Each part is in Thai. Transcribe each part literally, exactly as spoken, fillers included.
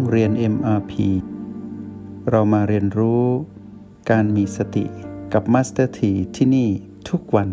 เรียน เอ็ม อาร์ พี เรามาเรียนรู้การมีสติกับ Master T ที่นี่ทุกวัน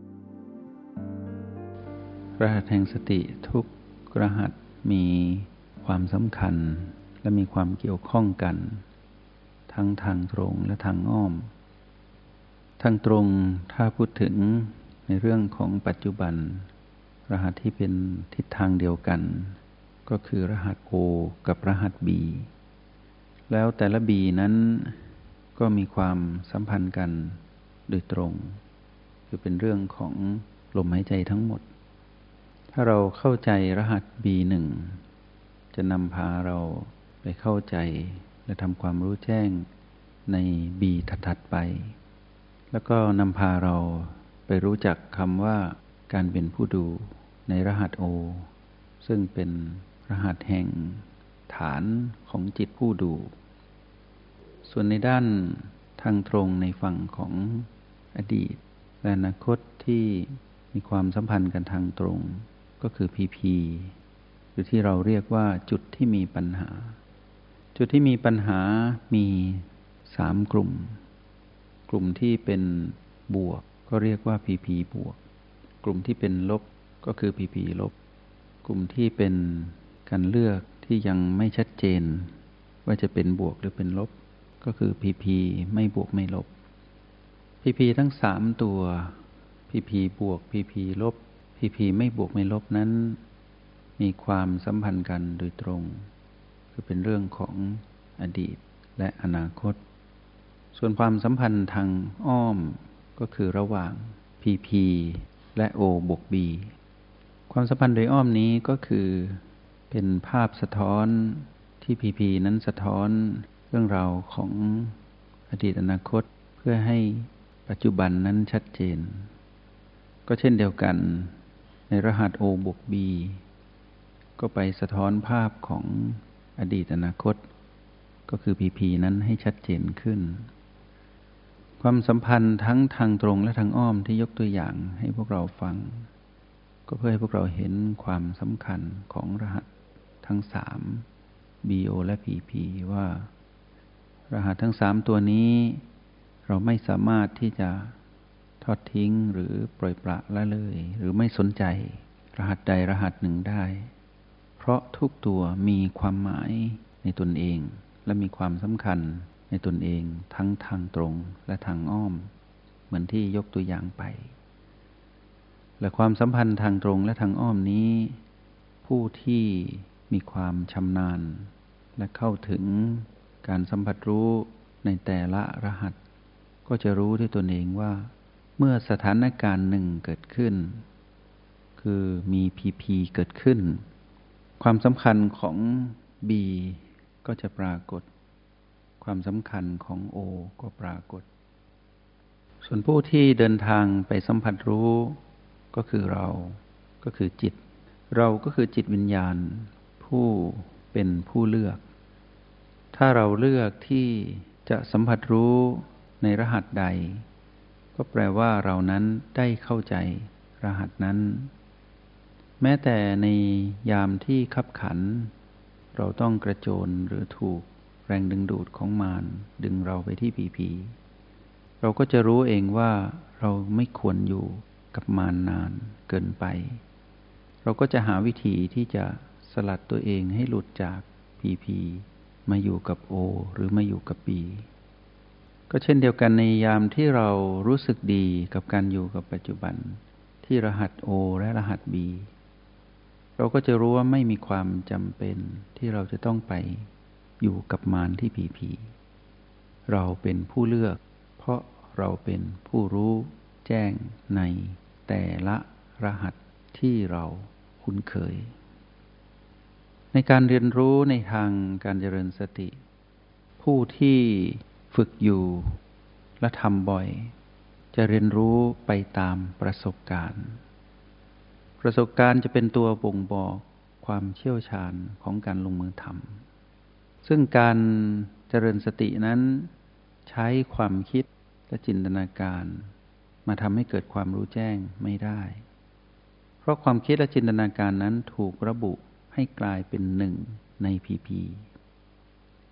รหัสแห่งสติทุกรหัสมีความสำคัญและมีความเกี่ยวข้องกันทั้งทางตรงและทางอ้อมทางตรงถ้าพูดถึงในเรื่องของปัจจุบันรหัสที่เป็นทิศทางเดียวกันก็คือรหัส O กับรหัส B แล้วแต่ละ B นั้นก็มีความสัมพันธ์กันโดยตรงคือเป็นเรื่องของลมหายใจทั้งหมดถ้าเราเข้าใจรหัส บี หนึ่ง จะนำพาเราไปเข้าใจและทำความรู้แจ้งใน B ถัดๆไปแล้วก็นำพาเราไปรู้จักคำว่าการเป็นผู้ดูในรหัส O ซึ่งเป็นรหัสแห่งฐานของจิตผู้ดูส่วนในด้านทางตรงในฝั่งของอดีตและอนาคตที่มีความสัมพันธ์กันทางตรงก็คือ พี พี หรือที่เราเรียกว่าจุดที่มีปัญหาจุดที่มีปัญหามีสามกลุ่มกลุ่มที่เป็นบวกก็เรียกว่า พี พี บวกกลุ่มที่เป็นลบก็คือ พี พี ลบกลุ่มที่เป็นการเลือกที่ยังไม่ชัดเจนว่าจะเป็นบวกหรือเป็นลบก็คือ พี พี ไม่บวกไม่ลบ พี พี ทั้งสามตัว พี พี บวก พี พี ลบ พี พี ไม่บวกไม่ลบนั้นมีความสัมพันธ์กันโดยตรงคือเป็นเรื่องของอดีตและอนาคตส่วนความสัมพันธ์ทางอ้อมก็คือระหว่าง พี พี และ O บวก B ความสัมพันธ์โดยอ้อมนี้ก็คือเป็นภาพสะท้อนที่ พี พี นั้นสะท้อนเรื่องราวของอดีตอนาคตเพื่อให้ปัจจุบันนั้นชัดเจนก็เช่นเดียวกันในรหัส O บวก B ก็ไปสะท้อนภาพของอดีตอนาคตก็คือ พี พี นั้นให้ชัดเจนขึ้นความสัมพันธ์ทั้งทางตรงและทางอ้อมที่ยกตัวอย่างให้พวกเราฟังก็เพื่อให้พวกเราเห็นความสำคัญของรหัสทั้งสาม บี โอ และ พี พี ว่ารหัสทั้งสามตัวนี้เราไม่สามารถที่จะทอดทิ้งหรือปล่อยปละละเลยหรือไม่สนใจรหัสใดรหัสหนึ่งได้เพราะทุกตัวมีความหมายในตนเองและมีความสำคัญในตนเองทั้งทางตรงและทางอ้อมเหมือนที่ยกตัวอย่างไปและความสัมพันธ์ทางตรงและทางอ้อมนี้ผู้ที่มีความชำนาญและเข้าถึงการสัมผัสรู้ในแต่ละรหัสก็จะรู้ด้วยตนเองว่าเมื่อสถานการณ์หนึ่งเกิดขึ้นคือมี พี พี เกิดขึ้นความสำคัญของ B ก็จะปรากฏความสำคัญของ O ก็ปรากฏส่วนผู้ที่เดินทางไปสัมผัสรู้ก็คือเราก็คือจิตเราก็คือจิตวิญญาณผู้เป็นผู้เลือกถ้าเราเลือกที่จะสัมผัสรู้ในรหัสใดก็แปลว่าเรานั้นได้เข้าใจรหัสนั้นแม้แต่ในยามที่คับขันเราต้องกระโจนหรือถูกแรงดึงดูดของมารดึงเราไปที่ พี พี เราก็จะรู้เองว่าเราไม่ควรอยู่กับมารนานเกินไปเราก็จะหาวิธีที่จะสลัดตัวเองให้หลุดจาก พี พี มาอยู่กับ O หรือมาอยู่กับ B ก็เช่นเดียวกันในยามที่เรารู้สึกดีกับการอยู่กับปัจจุบันที่รหัส O และรหัส B เราก็จะรู้ว่าไม่มีความจำเป็นที่เราจะต้องไปอยู่กับมารที่ พี พี เราเป็นผู้เลือกเพราะเราเป็นผู้รู้แจ้งในแต่ละรหัสที่เราคุ้นเคยในการเรียนรู้ในทางการเจริญสติผู้ที่ฝึกอยู่และทำบ่อยจะเรียนรู้ไปตามประสบการณ์ประสบการณ์จะเป็นตัวบ่งบอกความเชี่ยวชาญของการลงมือทำซึ่งการเจริญสตินั้นใช้ความคิดและจินตนาการมาทำให้เกิดความรู้แจ้งไม่ได้เพราะความคิดและจินตนาการนั้นถูกระบุให้กลายเป็นหนึ่งใน พี พี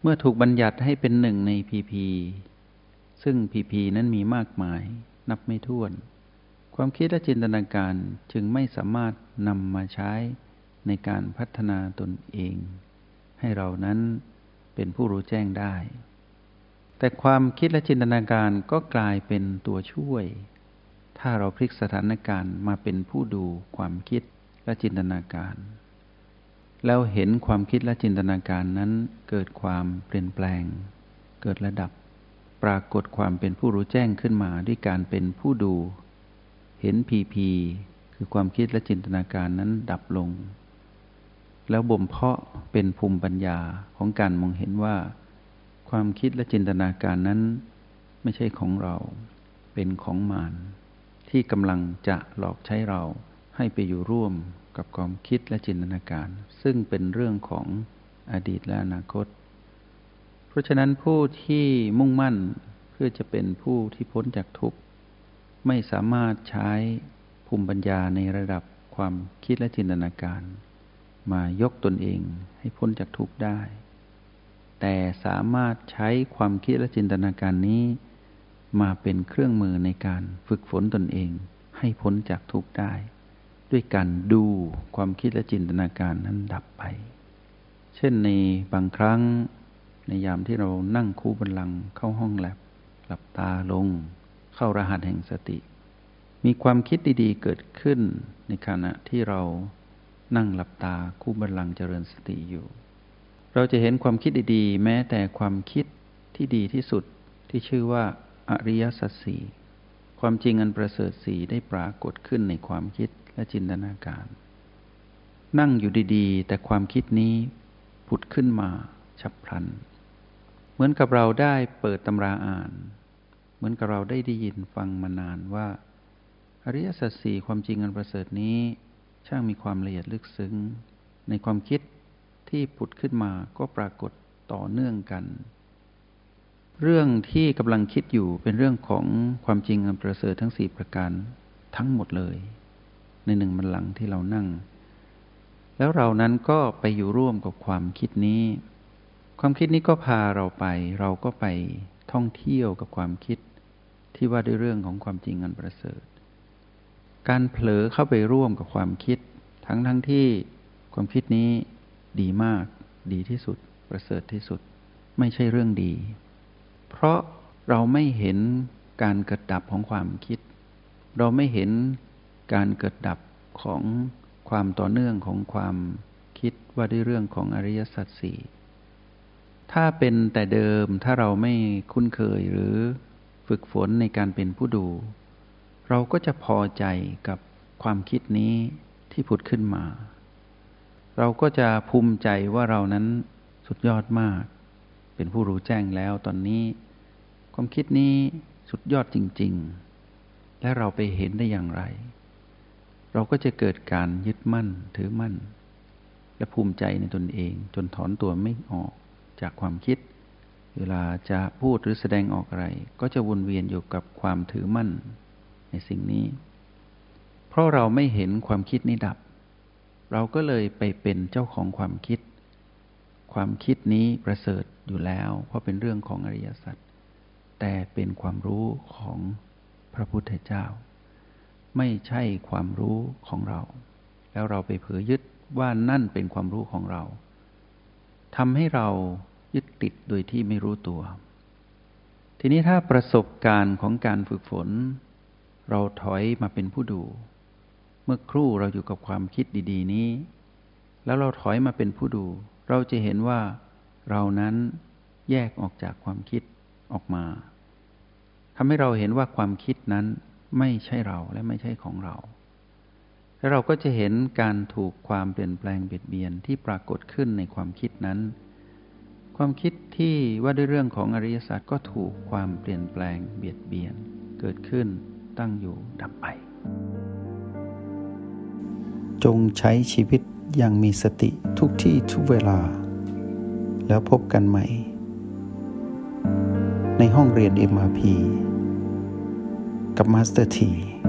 เมื่อถูกบัญญัติให้เป็นหนึ่งในพีพีซึ่งพีพีนั้นมีมากมายนับไม่ถ้วนความคิดและจินตนาการจึงไม่สามารถนำมาใช้ในการพัฒนาตนเองให้เรานั้นเป็นผู้รู้แจ้งได้แต่ความคิดและจินตนาการก็กลายเป็นตัวช่วยถ้าเราพลิกสถานการณ์มาเป็นผู้ดูความคิดและจินตนาการแล้วเห็นความคิดและจินตนาการนั้นเกิดความเปลี่ยนแปลงเกิดระดับปรากฏความเป็นผู้รู้แจ้งขึ้นมาด้วยการเป็นผู้ดูเห็นพีพีคือความคิดและจินตนาการนั้นดับลงแล้วบ่มเพาะเป็นภูมิปัญญาของการมองเห็นว่าความคิดและจินตนาการนั้นไม่ใช่ของเราเป็นของมารที่กำลังจะหลอกใช้เราให้ไปอยู่ร่วมกับความคิดและจินตนาการซึ่งเป็นเรื่องของอดีตและอนาคตเพราะฉะนั้นผู้ที่มุ่งมั่นเพื่อจะเป็นผู้ที่พ้นจากทุกข์ไม่สามารถใช้ภูมิปัญญาในระดับความคิดและจินตนาการมายกตนเองให้พ้นจากทุกข์ได้แต่สามารถใช้ความคิดและจินตนาการนี้มาเป็นเครื่องมือในการฝึกฝนตนเองให้พ้นจากทุกข์ได้ด้วยการดูความคิดและจินตนาการนั้นดับไปเช่นในบางครั้งในยามที่เรานั่งคูบัลลังก์เข้าห้องแลบหลับตาลงเข้ารหัสแห่งสติมีความคิดดีๆเกิดขึ้นในขณะที่เรานั่งหลับตาคูบัลลังก์เจริญสติอยู่เราจะเห็นความคิดดีๆแม้แต่ความคิดที่ดีที่สุดที่ชื่อว่าอริยสัจสี่ความจริงอันประเสริฐสี่ได้ปรากฏขึ้นในความคิดและจินตนาการนั่งอยู่ดีๆแต่ความคิดนี้ผุดขึ้นมาฉับพลันเหมือนกับเราได้เปิดตำราอ่านเหมือนกับเราได้ได้ยินฟังมานานว่าอริยสัจสี่ความจริงอันประเสริฐนี้ช่างมีความละเอียดลึกซึ้งในความคิดที่ผุดขึ้นมาก็ปรากฏต่อเนื่องกันเรื่องที่กำลังคิดอยู่เป็นเรื่องของความจริงอันประเสริฐทั้งสี่ประการทั้งหมดเลยในหนึ่งบัลลังก์ที่เรานั่งแล้วเรานั้นก็ไปอยู่ร่วมกับความคิดนี้ความคิดนี้ก็พาเราไปเราก็ไปท่องเที่ยวกับความคิดที่ว่าด้วยเรื่องของความจริงอันประเสริฐการเผลอเข้าไปร่วมกับความคิดทั้งทั้งที่ความคิดนี้ดีมากดีที่สุดประเสริฐที่สุดไม่ใช่เรื่องดีเพราะเราไม่เห็นการเกิดดับของความคิดเราไม่เห็นการเกิดดับของความต่อเนื่องของความคิดว่าด้วยเรื่องของอริยสัจสี่ถ้าเป็นแต่เดิมถ้าเราไม่คุ้นเคยหรือฝึกฝนในการเป็นผู้ดูเราก็จะพอใจกับความคิดนี้ที่ผุดขึ้นมาเราก็จะภูมิใจว่าเรานั้นสุดยอดมากเป็นผู้รู้แจ้งแล้วตอนนี้ความคิดนี้สุดยอดจริงๆและเราไปเห็นได้อย่างไรเราก็จะเกิดการยึดมั่นถือมั่นและภูมิใจในตนเองจนถอนตัวไม่ออกจากความคิดเวลาจะพูดหรือแสดงออกอะไรก็จะวนเวียนอยู่กับความถือมั่นในสิ่งนี้เพราะเราไม่เห็นความคิดนี้ดับเราก็เลยไปเป็นเจ้าของความคิดความคิดนี้ประเสริฐอยู่แล้วเพราะเป็นเรื่องของอริยสัจแต่เป็นความรู้ของพระพุทธเจ้าไม่ใช่ความรู้ของเราแล้วเราไปเผลอยึดว่านั่นเป็นความรู้ของเราทำให้เรายึดติดโดยที่ไม่รู้ตัวทีนี้ถ้าประสบการณ์ของการฝึกฝนเราถอยมาเป็นผู้ดูเมื่อครู่เราอยู่กับความคิดดีๆนี้แล้วเราถอยมาเป็นผู้ดูเราจะเห็นว่าเรานั้นแยกออกจากความคิดออกมาทำให้เราเห็นว่าความคิดนั้นไม่ใช่เราและไม่ใช่ของเราและเราก็จะเห็นการถูกความเปลี่ยนแปลงเบียดเบียนที่ปรากฏขึ้นในความคิดนั้นความคิดที่ว่าด้วยเรื่องของอริยสัจก็ถูกความเปลี่ยนแปลงเบียดเบียนเกิดขึ้นตั้งอยู่ดับไปจงใช้ชีวิตอย่างมีสติทุกที่ทุกเวลาแล้วพบกันใหม่ในห้องเรียน เอ็ม อาร์ พี กับมาสเตอร์ ที